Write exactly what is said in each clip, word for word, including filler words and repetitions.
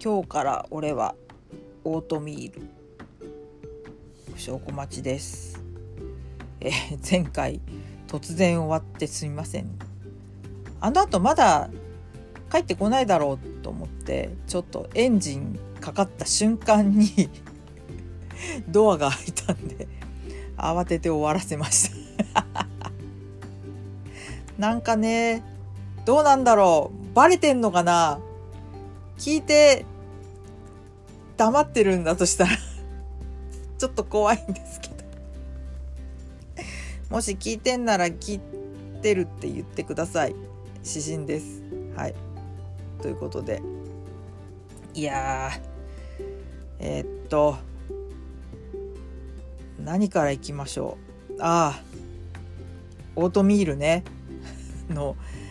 今日から俺はオートミール証拠待ちです。えー、前回突然終わってすみません。あの後まだ帰ってこないだろうと思ってちょっとエンジンかかった瞬間にドアが開いたんで慌てて終わらせましたなんかね、どうなんだろう、バレてんのかな、聞いて黙ってるんだとしたらちょっと怖いんですけどもし聞いてんなら聞いてるって言ってください。指針です。はい、ということで、いやーえー、っと何からいきましょう。ああオートミールねの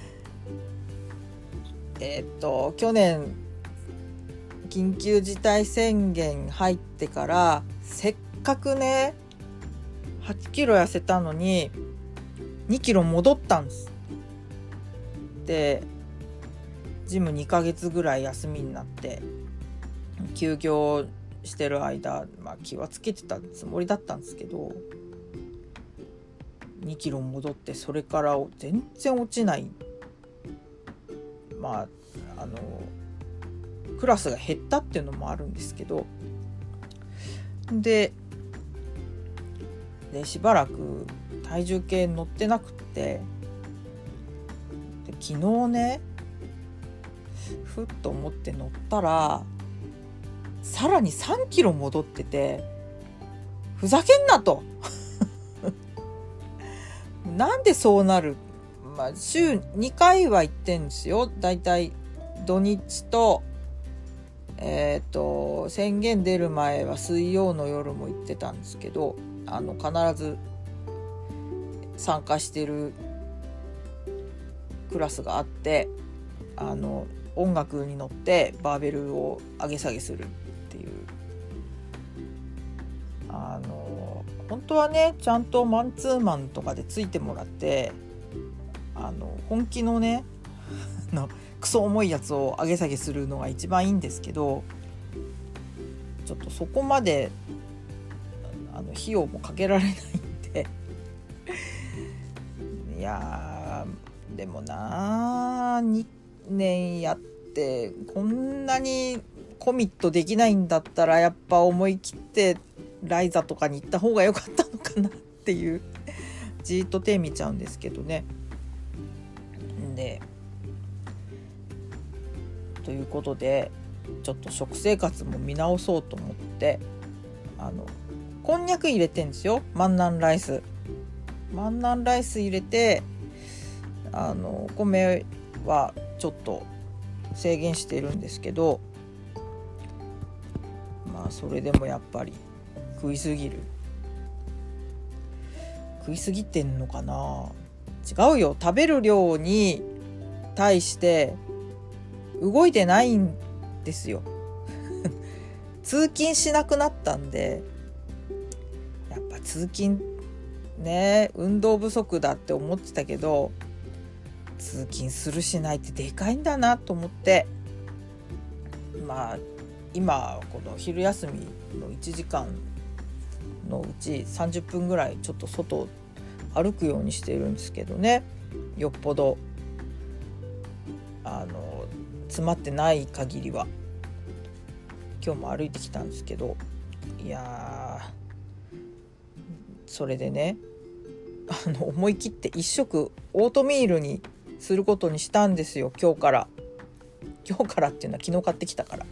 えー、っと去年緊急事態宣言入ってからせっかくねはちキロ痩せたのににキロ戻ったんです。でジムにかげつぐらい休みになって休業してる間、まあ、気はつけてたつもりだったんですけどにキロ戻ってそれから全然落ちない。まああのクラスが減ったっていうのもあるんですけど、ででしばらく体重計乗ってなくってで昨日ねふっと思って乗ったらさらにさんキロ戻ってて、ふざけんなとなんでそうなる、まあ、週にかいは行ってんですよ。だいたい土日とえー、と宣言出る前は水曜の夜も行ってたんですけど、あの必ず参加してるクラスがあって、あの音楽に乗ってバーベルを上げ下げするっていう、あの本当はねちゃんとマンツーマンとかでついてもらってあの本気のねのクソ重いやつを上げ下げするのが一番いいんですけど、ちょっとそこまであの費用もかけられないんでいやでもなにねんやってこんなにコミットできないんだったらやっぱ思い切ってライザとかに行った方が良かったのかなっていうじーっと手見ちゃうんですけどね。でということでちょっと食生活も見直そうと思ってあのこんにゃく入れてんですよ。万南ライス万南ライス入れてあのお米はちょっと制限してるんですけど、まあそれでもやっぱり食いすぎる食いすぎてんのかな。違うよ、食べる量に対して動いてないんですよ通勤しなくなったんで、やっぱ通勤ね運動不足だって思ってたけど通勤するしないってでかいんだなと思って、まあ今この昼休みのいちじかんのうちさんじゅっぷんぐらいちょっと外を歩くようにしているんですけどね、よっぽどあの詰まってない限りは。今日も歩いてきたんですけど、いやそれでねあの思い切って一食オートミールにすることにしたんですよ。今日から今日からっていうのは昨日買ってきたから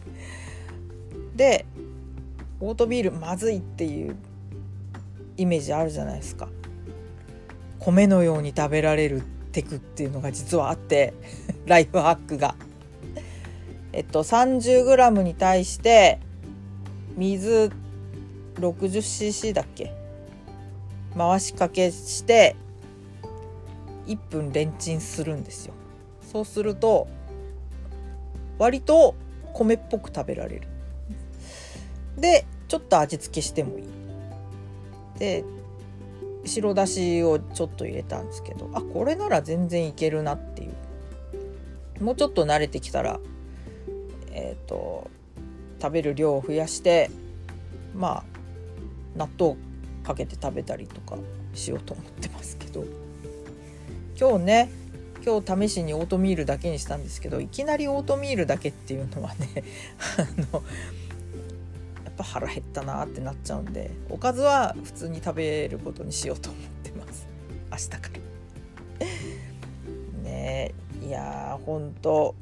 でオートミールまずいっていうイメージあるじゃないですか。米のように食べられるテクっていうのが実はあってライフハックがえっと さんじゅうグラム に対して水 ろくじゅっシーシー だっけ回しかけしていっぷんレンチンするんですよ。そうすると割と米っぽく食べられる。でちょっと味付けしてもいい。で白だしをちょっと入れたんですけど、あこれなら全然いけるなっていう。もうちょっと慣れてきたらえーと、食べる量を増やして、まあ納豆かけて食べたりとかしようと思ってますけど、今日ね今日試しにオートミールだけにしたんですけど、いきなりオートミールだけっていうのはねあのやっぱ腹減ったなってなっちゃうんで、おかずは普通に食べることにしようと思ってます明日からねえ。いやーほんと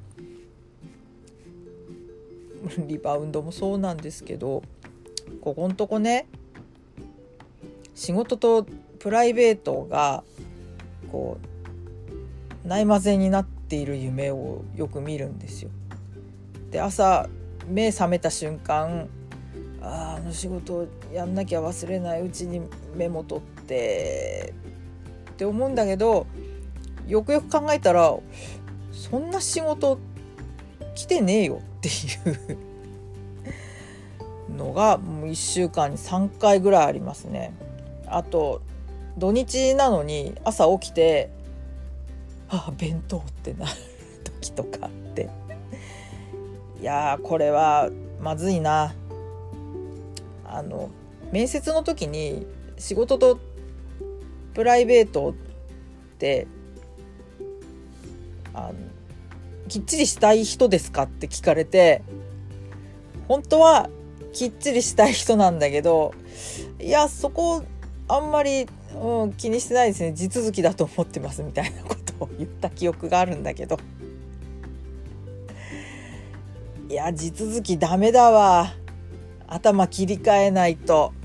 リバウンドもそうなんですけど、ここんとこね仕事とプライベートがこうないまぜになっている夢をよく見るんですよ。で朝目覚めた瞬間、あ, あの仕事やんなきゃ忘れないうちにメモ取ってって思うんだけど、よくよく考えたらそんな仕事来てねえよっていうのがもういっしゅうかんにさんかいぐらいありますね。あと土日なのに朝起きてあ弁当ってなる時とかあって、いやーこれはまずいな。あの面接の時に仕事とプライベートってあのきっちりしたい人ですかって聞かれて、本当はきっちりしたい人なんだけど、いやそこあんまり、うん、気にしてないですね、地続きだと思ってますみたいなことを言った記憶があるんだけど、いや地続きダメだわ、頭切り替えないと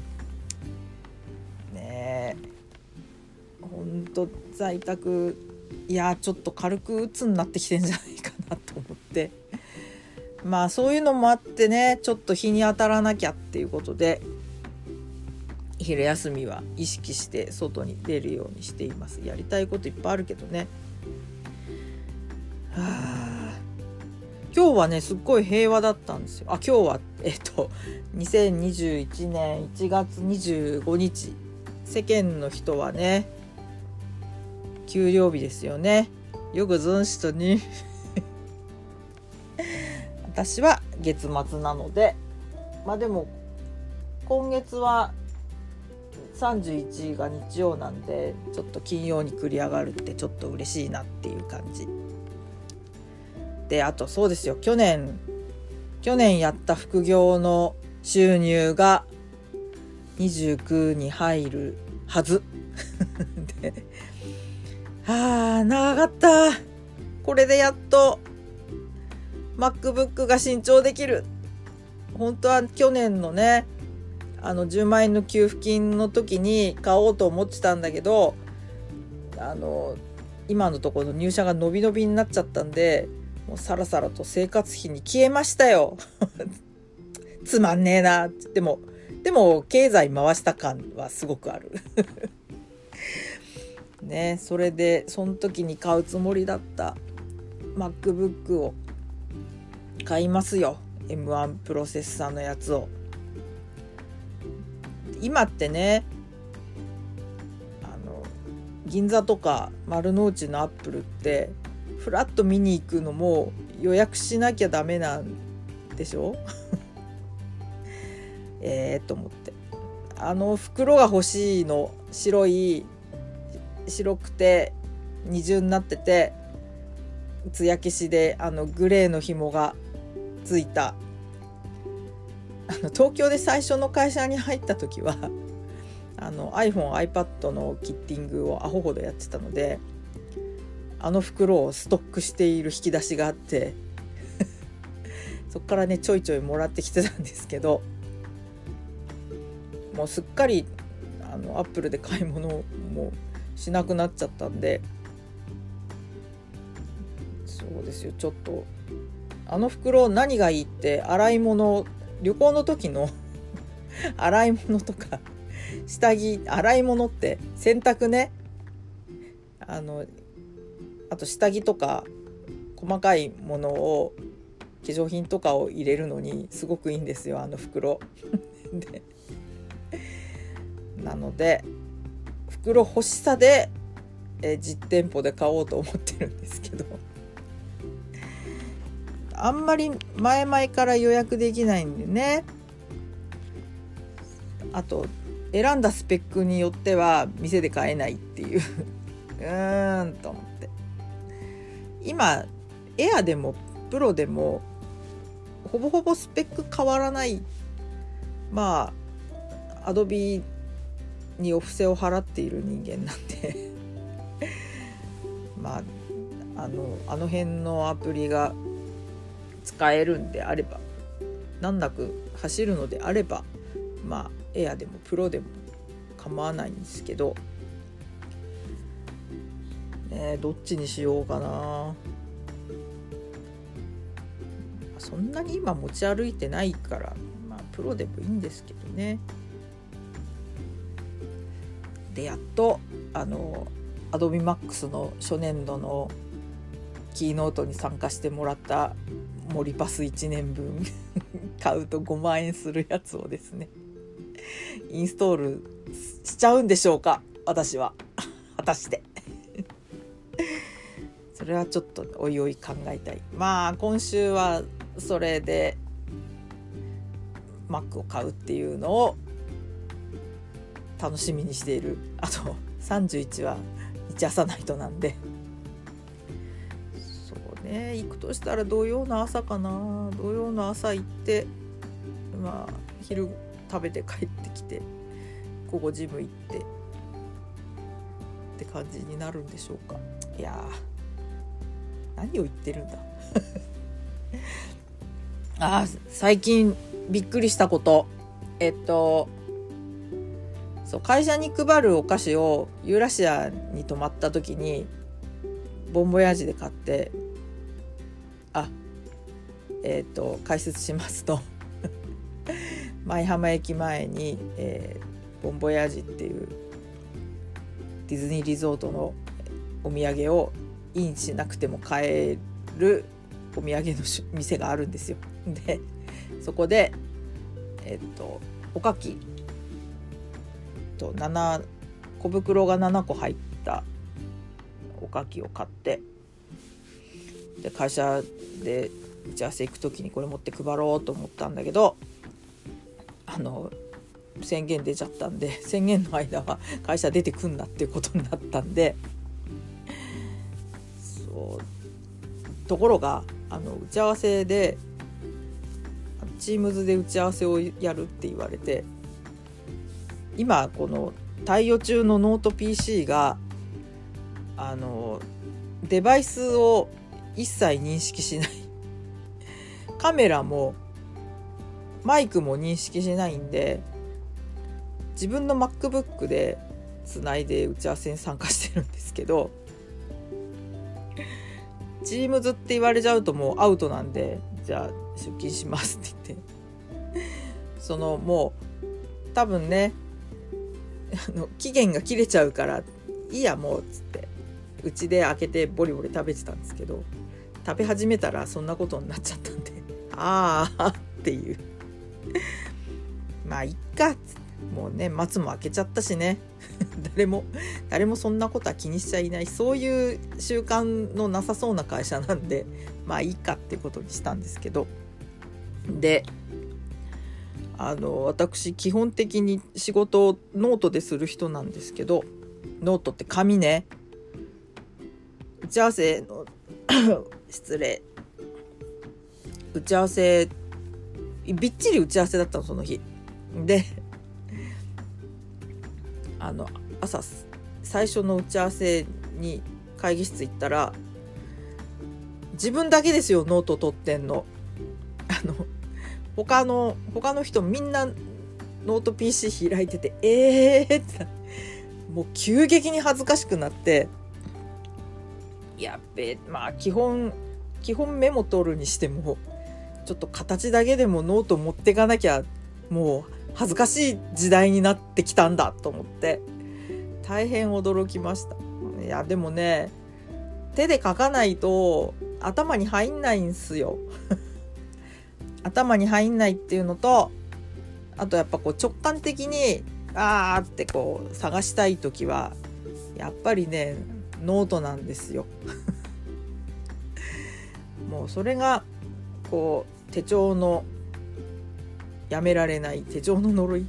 ねえ。ほんと在宅いやちょっと軽く鬱になってきてんじゃないかなと思って、まあそういうのもあってね、ちょっと日に当たらなきゃっていうことで昼休みは意識して外に出るようにしています。やりたいこといっぱいあるけどね。はあ、今日はねすっごい平和だったんですよ。あ今日はえっとにせんにじゅういちねんいちがつにじゅうごにち、世間の人はね給料日ですよね。よく存じとに私は月末なので、まあでも今月はさんじゅういちが日曜なんで、ちょっと金曜に繰り上がるってちょっと嬉しいなっていう感じで、あとそうですよ、去年去年やった副業の収入がにじゅうくに入るはずで、あー長かった、これでやっと MacBook が新調できる。本当は去年のねあのじゅうまんえんの給付金の時に買おうと思ってたんだけど、あの今のところの入社が伸び伸びになっちゃったんで、もうさらさらと生活費に消えましたよつまんねえな。でもでも経済回した感はすごくあるね。それでその時に買うつもりだった MacBook を買いますよ。 エムワン プロセッサーのやつを。今ってねあの銀座とか丸の内のアップルってフラッと見に行くのも予約しなきゃダメなんでしょえーと思って、あの袋が欲しいの、白い白くて二重になってて艶消しであのグレーの紐がついた、あの東京で最初の会社に入った時はあの iPhone、iPad のキッティングをアホほどやってたので、あの袋をストックしている引き出しがあってそっからねちょいちょいもらってきてたんですけど、もうすっかりあのアップルで買い物もしなくなっちゃったんで、そうですよ、ちょっとあの袋何がいいって、洗い物、旅行の時の洗い物とか下着、洗い物って洗濯ね、あのあと下着とか細かいものを化粧品とかを入れるのにすごくいいんですよ、あの袋で。なので袋欲しさでえ実店舗で買おうと思ってるんですけど、 あんまり前々から予約できないんでね。あと選んだスペックによっては店で買えないっていううーんと思って、今エアでもプロでもほぼほぼスペック変わらない。まあアドビにお布施を払っている人間なんでまああのあの辺のアプリが使えるんであれば、難なく走るのであれば、まあエアでもプロでも構わないんですけど、ね、どっちにしようかな。そんなに今持ち歩いてないから、まあプロでもいいんですけどね。でやっとあの Adobe Max の初年度のキーノートに参加してもらったモリパスいちねんぶん買うとごまんえんするやつをですねインストールしちゃうんでしょうか、私は果たしてそれはちょっとおいおい考えたい。まあ今週はそれで Mac を買うっていうのを楽しみにしている。あとさんじゅういちは一朝ナイトなんで、そうね、行くとしたら土曜の朝かな。土曜の朝行って、まあ昼食べて帰ってきて午後ジム行ってって感じになるんでしょうか。いや何を言ってるんだあ、最近びっくりしたこと、えっとそう会社に配るお菓子をユーラシアに泊まった時にボンボヤージで買って、あえっと解説しますと舞浜駅前に、えー、ボンボヤージっていうディズニーリゾートのお土産をインしなくても買えるお土産の店があるんですよ。でそこでえっとおかきとなな小袋がななこ入ったおかきを買って、で会社で打ち合わせ行く時にこれ持って配ろうと思ったんだけど、あの宣言出ちゃったんで、宣言の間は会社出てくんなっていうことになったんで、そうところがあの打ち合わせでチームズで打ち合わせをやるって言われて、今この貸与中のノート ピーシー があのデバイスを一切認識しない、カメラもマイクも認識しないんで、自分の MacBook でつないで打ち合わせに参加してるんですけど、Teams って言われちゃうともうアウトなんで、じゃあ出勤しますって言ってそのもう多分ねあの期限が切れちゃうからいいやもうっつってうちで開けてボリボリ食べてたんですけど、食べ始めたらそんなことになっちゃったんであーっていうまあいっかっつって、もうね松も開けちゃったしね誰も誰もそんなことは気にしちゃいない、そういう習慣のなさそうな会社なんでまあいいかってことにしたんですけど、であの私基本的に仕事をノートでする人なんですけど、ノートって紙ね、打ち合わせの失礼打ち合わせびっちり打ち合わせだったのその日で、あの朝最初の打ち合わせに会議室行ったら自分だけですよノート取ってんの。あの他の他の人みんなノート ピーシー 開いててえーってもう急激に恥ずかしくなって、やっべまあ基本基本メモ取るにしてもちょっと形だけでもノート持ってかなきゃもう恥ずかしい時代になってきたんだと思って大変驚きました。いやでもね手で書かないと頭に入んないんすよ頭に入んないっていうのと、あとやっぱこう直感的にあーってこう探したいときはやっぱりねノートなんですよもうそれがこう手帳のやめられない手帳の呪い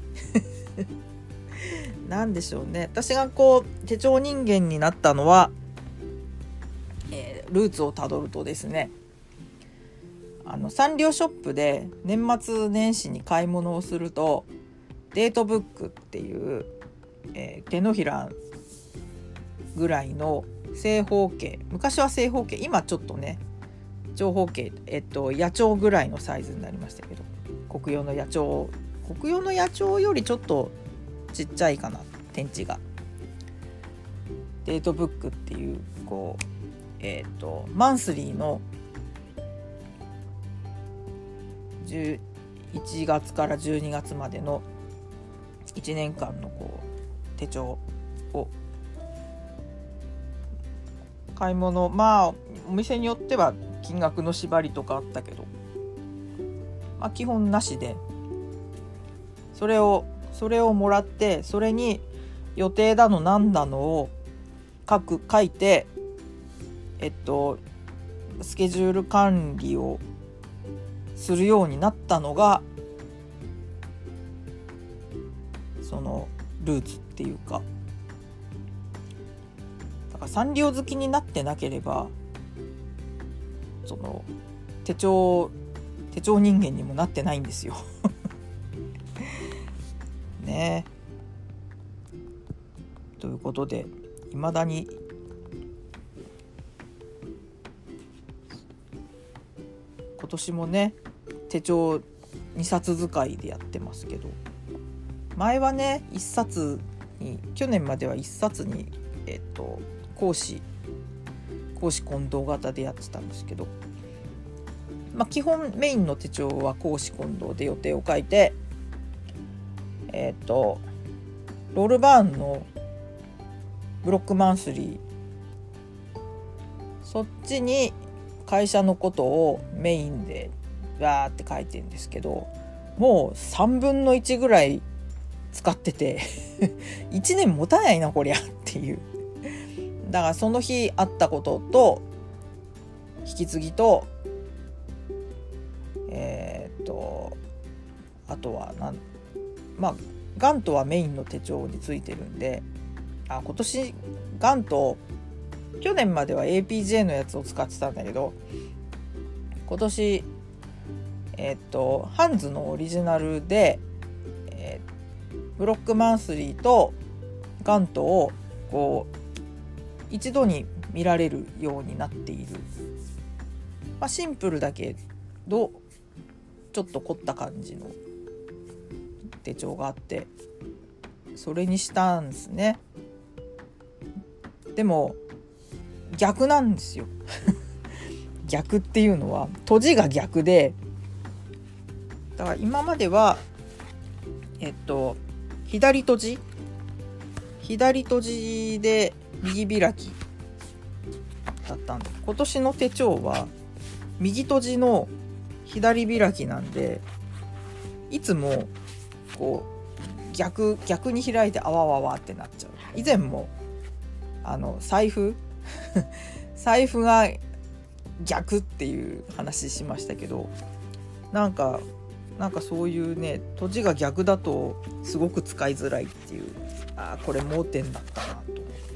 なんでしょうね。私がこう手帳人間になったのは、えー、ルーツをたどるとですね、あのサンリオショップで年末年始に買い物をするとデートブックっていう、えー、手のひらぐらいの正方形、昔は正方形、今ちょっとね長方形、えっと野鳥ぐらいのサイズになりましたけど、国用の野鳥国用の野鳥よりちょっとちっちゃいかな、天地が。デートブックっていうこうえっとマンスリーのじゅういちがつからじゅうにがつまでのいちねんかんのこう手帳を買い物、まあお店によっては金額の縛りとかあったけど、まあ基本なしで、それをそれをもらって、それに予定だのなんだのを書く書いて、えっとスケジュール管理をするようになったのがそのルーツっていうか、だからサンリオ好きになってなければその手帳手帳人間にもなってないんですよね。ということで、いまだに今年もね手帳にさつ使いでやってますけど、前はねいっさつに、去年まではいっさつにえっと講師講師混同型でやってたんですけど、まあ基本メインの手帳は講師混同で予定を書いて、えっとロールバーンのブロックマンスリー、そっちに会社のことをメインでわーって書いてるんですけど、もうさんぶんのいちぐらい使ってていちねん持たないなこりゃっていう。だからその日あったことと引き継ぎとえー、っとあとはなんまあガントはメインの手帳についてるんで、あ今年ガント、去年までは エーピージェー のやつを使ってたんだけど、今年えー、っとハンズのオリジナルで、えー、ブロックマンスリーとガントをこう一度に見られるようになっている、まあ、シンプルだけどちょっと凝った感じの手帳があって、それにしたんですね。でも逆なんですよ逆っていうのは閉じが逆で、だから今まではえっと左閉じ左閉じで右開きだったんで、今年の手帳は右閉じの左開きなんで、いつもこう逆逆に開いてあわわわってなっちゃう。以前もあの財布財布が逆っていう話しましたけど、なんかなんかそういうね閉じが逆だとすごく使いづらいっていう、あこれ盲点だったなと思って、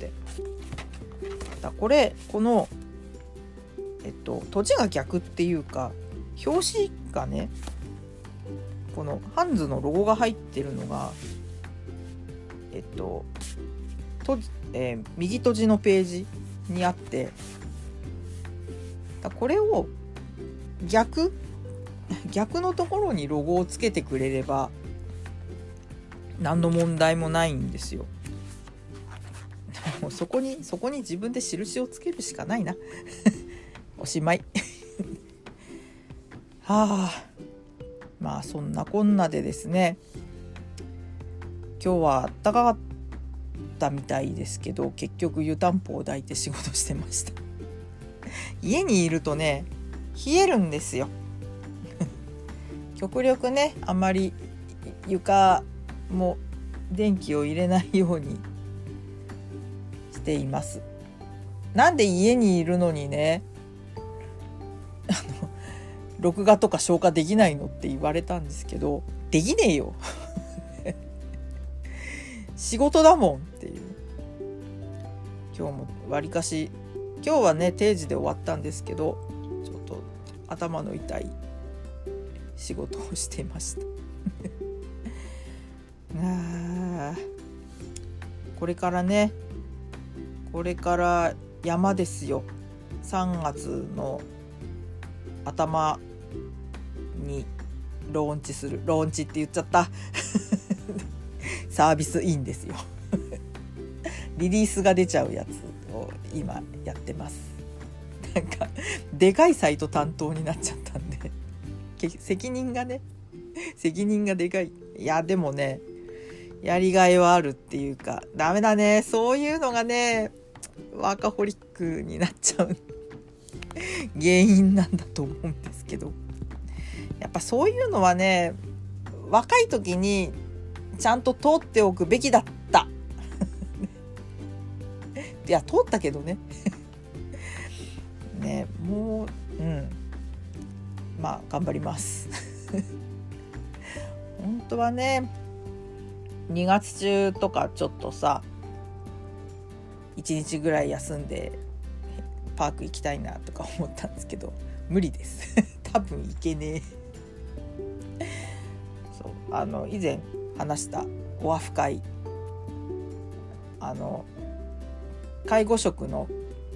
だこれこのえっと閉じが逆っていうか、表紙がねこのハンズのロゴが入ってるのがえっとと、えー、右閉じのページにあって、だこれを逆逆のところにロゴをつけてくれれば何の問題もないんですよ。もうそこにそこに自分で印をつけるしかないなおしまいはあ、まあそんなこんなでですね、今日は暖かかったみたいですけど、結局湯たんぽを抱いて仕事してました家にいるとね冷えるんですよ極力ねあまり床も電気を入れないようにしています。なんで家にいるのにねあの録画とか消化できないのって言われたんですけど、できねえよ仕事だもんっていう。今日もわりかし、今日はね定時で終わったんですけど、ちょっと頭の痛い仕事をしていましたあ、これからねこれから山ですよ。さんがつの頭にローンチする、ローンチって言っちゃったサービスインですよリリースが出ちゃうやつを今やってます。なんかでかいサイト担当になっちゃったんで責任がね責任がでかい。いやでもねやりがいはあるっていうか、ダメだねそういうのがねワーカホリックになっちゃう原因なんだと思うんですけど、やっぱそういうのはね若い時にちゃんと通っておくべきだったいや通ったけどねねもううんまあ頑張ります本当はねにがつ中とかちょっとさいちにちぐらい休んでパーク行きたいなとか思ったんですけど無理です多分行けねえそうあの以前話したオアフ会、あの介護職の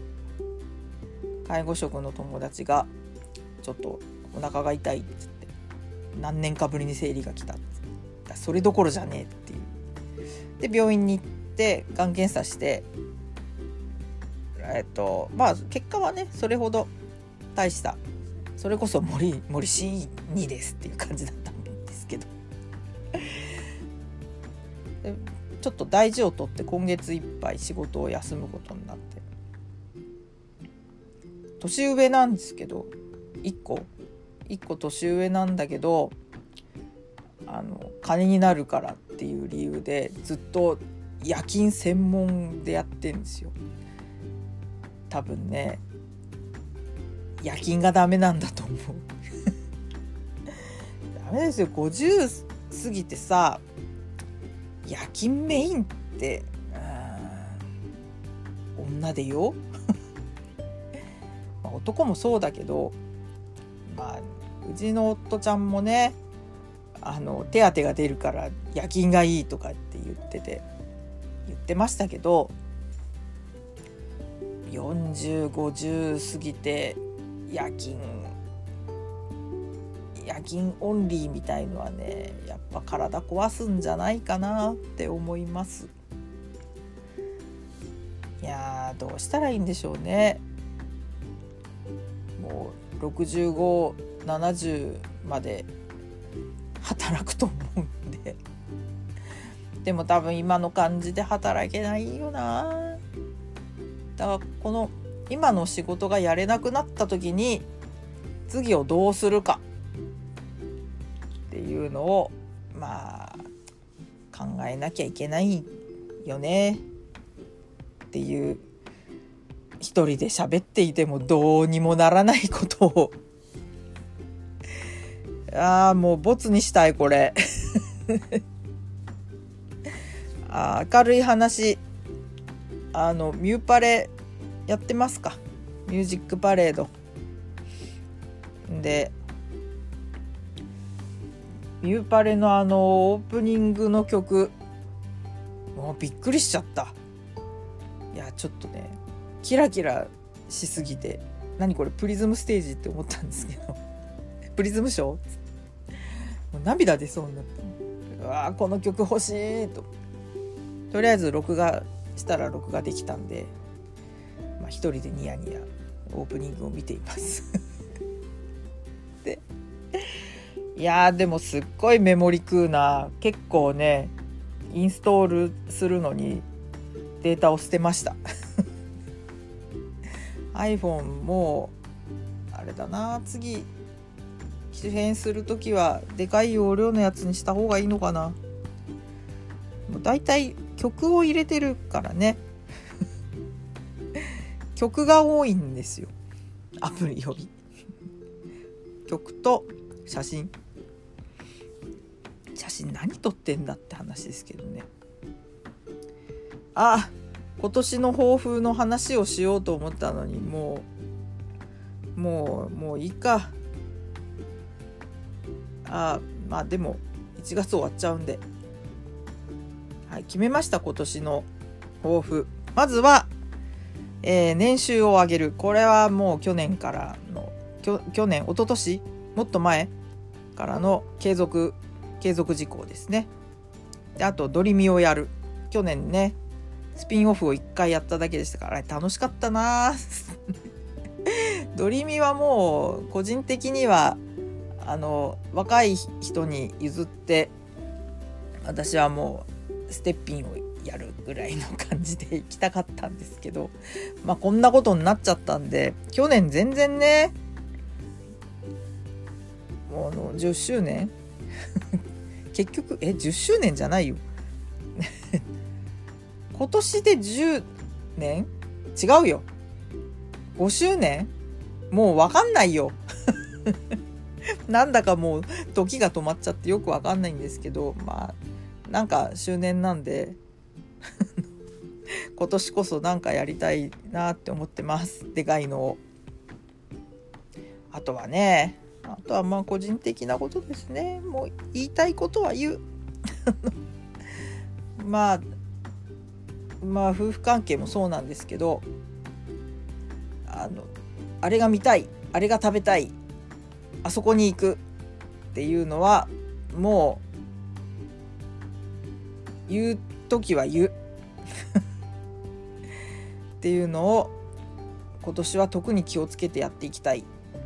介護職の友達がちょっとお腹が痛いっつって何年かぶりに生理が来たっつって、それどころじゃねえっていうで病院に行ってがん検査してえっとまあ結果はねそれほど大した、それこそ森森 シーツー ですっていう感じだったんですけどでちょっと大事を取って今月いっぱい仕事を休むことになって、年上なんですけどいっこいっこ年上なんだけど、あの金になるからっていう理由でずっと夜勤専門でやってるんですよ。多分ね夜勤がダメなんだと思うダメですよ、ごじゅう過ぎてさ夜勤メインって女でよまあ男もそうだけど、まあうちの夫ちゃんもねあの手当が出るから夜勤がいいとかって言ってて言ってましたけど、よんじゅう、ごじゅう過ぎて夜勤夜勤オンリーみたいのはねやっぱ体壊すんじゃないかなって思います。いやーどうしたらいいんでしょうね。もうろくじゅうご、ななじゅうまで働くと思うんで、でも多分今の感じで働けないよな。だからこの今の仕事がやれなくなった時に次をどうするかっていうのをまあ考えなきゃいけないよねっていう、一人で喋っていてもどうにもならないことをああもうボツにしたいこれあ明るい話、あのミューパレやってますか、ミュージックパレードでミューパレのあのオープニングの曲もうびっくりしちゃった。いやちょっとねキラキラしすぎて何これプリズムステージって思ったんですけどプリズムショーもう涙出そうになって、うわこの曲欲しいと、とりあえず録画したら録画できたんで、まあ、一人でニヤニヤオープニングを見ていますでいやでもすっごいメモリ食うな。結構ねインストールするのにデータを捨てましたiPhone もあれだな、次機変するときはでかい容量のやつにした方がいいのかな。もうだいたい曲を入れてるからね曲が多いんですよアプリより曲と写真写真何撮ってんだって話ですけどね。あ、今年の抱負の話をしようと思ったのにもうもうもういいか。あ、まあでもいちがつ終わっちゃうんで、はい、決めました。今年の抱負、まずは、えー、年収を上げる。これはもう去年からの去, 去年一昨年もっと前からの継続継続事項ですね。で、あとドリミをやる。去年ねスピンオフをいっかいやっただけでしたから、楽しかったなドリミはもう個人的にはあの若い人に譲って、私はもうステッピンをやるぐらいの感じで行きたかったんですけど、まあこんなことになっちゃったんで、去年全然ねもうあのじゅっしゅうねん結局えじゅっしゅうねんじゃないよ今年でじゅうねん違うよ、ごしゅうねんもう分かんないよなんだかもう時が止まっちゃってよく分かんないんですけど、まあなんか周年なんで今年こそなんかやりたいなって思ってます。でかいのを。あとはねあとはまあ個人的なことですね。もう言いたいことは言うまあまあ夫婦関係もそうなんですけど、あのあれが見たい、あれが食べたい、あそこに行くっていうのはもう言うときは言うっていうのを今年は特に気をつけてやっていきたい。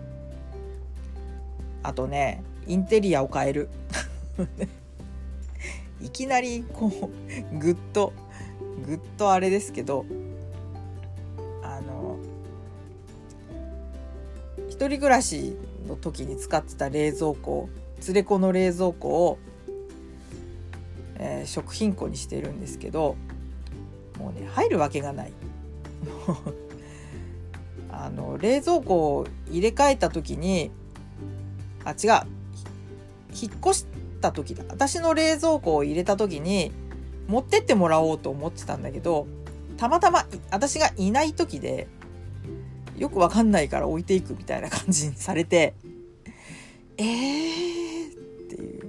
あとねインテリアを変えるいきなりこうぐっとぐっとあれですけど、あの一人暮らしの時に使ってた冷蔵庫、連れ子の冷蔵庫を、えー、食品庫にしてるんですけど、もうね入るわけがないあの冷蔵庫を入れ替えた時にあ違う引っ越した時だ私の冷蔵庫を入れた時に持ってってもらおうと思ってたんだけど、たまたま私がいない時でよくわかんないから置いていくみたいな感じにされて、えーっていう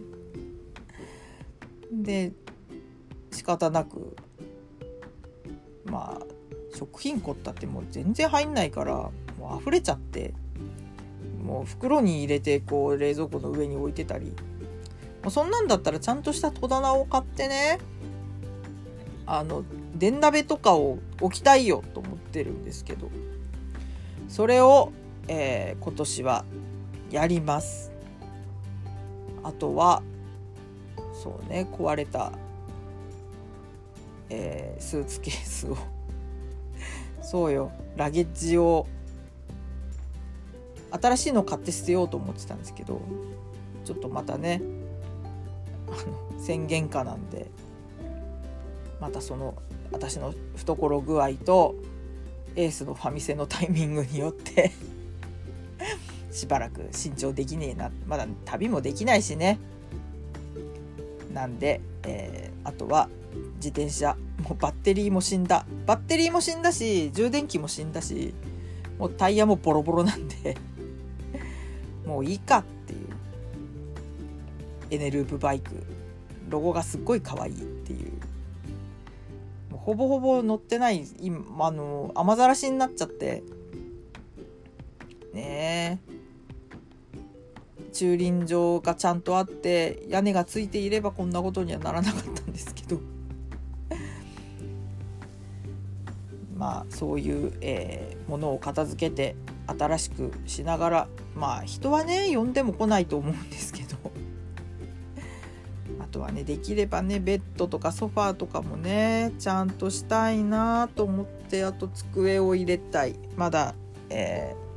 で仕方なく、まあ食品庫ったってもう全然入んないからもう溢れちゃって、もう袋に入れてこう冷蔵庫の上に置いてたり、もうそんなんだったらちゃんとした戸棚を買ってね、あの電鍋とかを置きたいよと思ってるんですけど、それを、えー、今年はやります。あとはそうね壊れた、えー、スーツケースをそうよラゲッジを新しいの買って捨てようと思ってたんですけど、ちょっとまたねあの宣言下なんで、またその私の懐具合とエースのファミセのタイミングによってしばらく新調できねえな、まだ旅もできないしね、なんで、えー、あとは自転車もうバッテリーも死んだバッテリーも死んだし充電器も死んだし、もうタイヤもボロボロなんでもういいかっていう。エネループバイクロゴがすっごい可愛いっていう、もうほぼほぼ乗ってない、今あの雨ざらしになっちゃってねえ、駐輪場がちゃんとあって屋根がついていればこんなことにはならなかったんですけどまあそういう、えー、ものを片付けて新しくしながら、まあ人はね呼んでも来ないと思うんですけど、あとはねできればねベッドとかソファーとかもねちゃんとしたいなと思って、あと机を入れたい。まだ、えー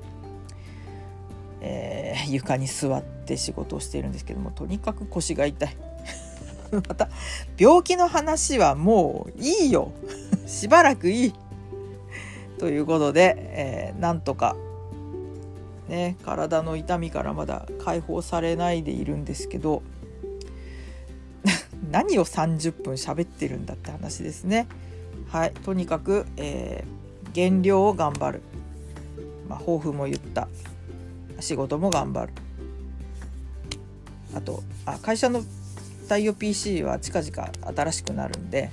えー、床に座って仕事をしているんですけども、とにかく腰が痛いまた病気の話はもういいよしばらくいいということで、えー、なんとかね、体の痛みからまだ解放されないでいるんですけど何をさんじゅっぷん喋ってるんだって話ですね。はい、とにかく、えー、減量を頑張る、まあ、抱負も言った、仕事も頑張る、あとあ会社の対応 ピーシー は近々新しくなるんで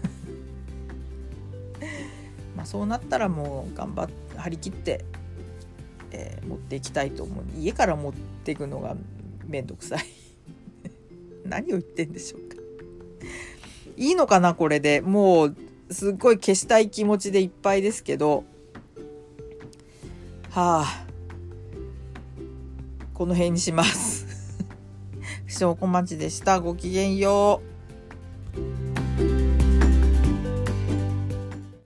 まあそうなったらもう頑張って張り切って、えー、持っていきたいと思う。家から持っていくのがめんどくさい何を言ってんでしょうか。いいのかなこれで。もうすっごい消したい気持ちでいっぱいですけど、はあ、この辺にします証拠待ちでした。ごきげんよう。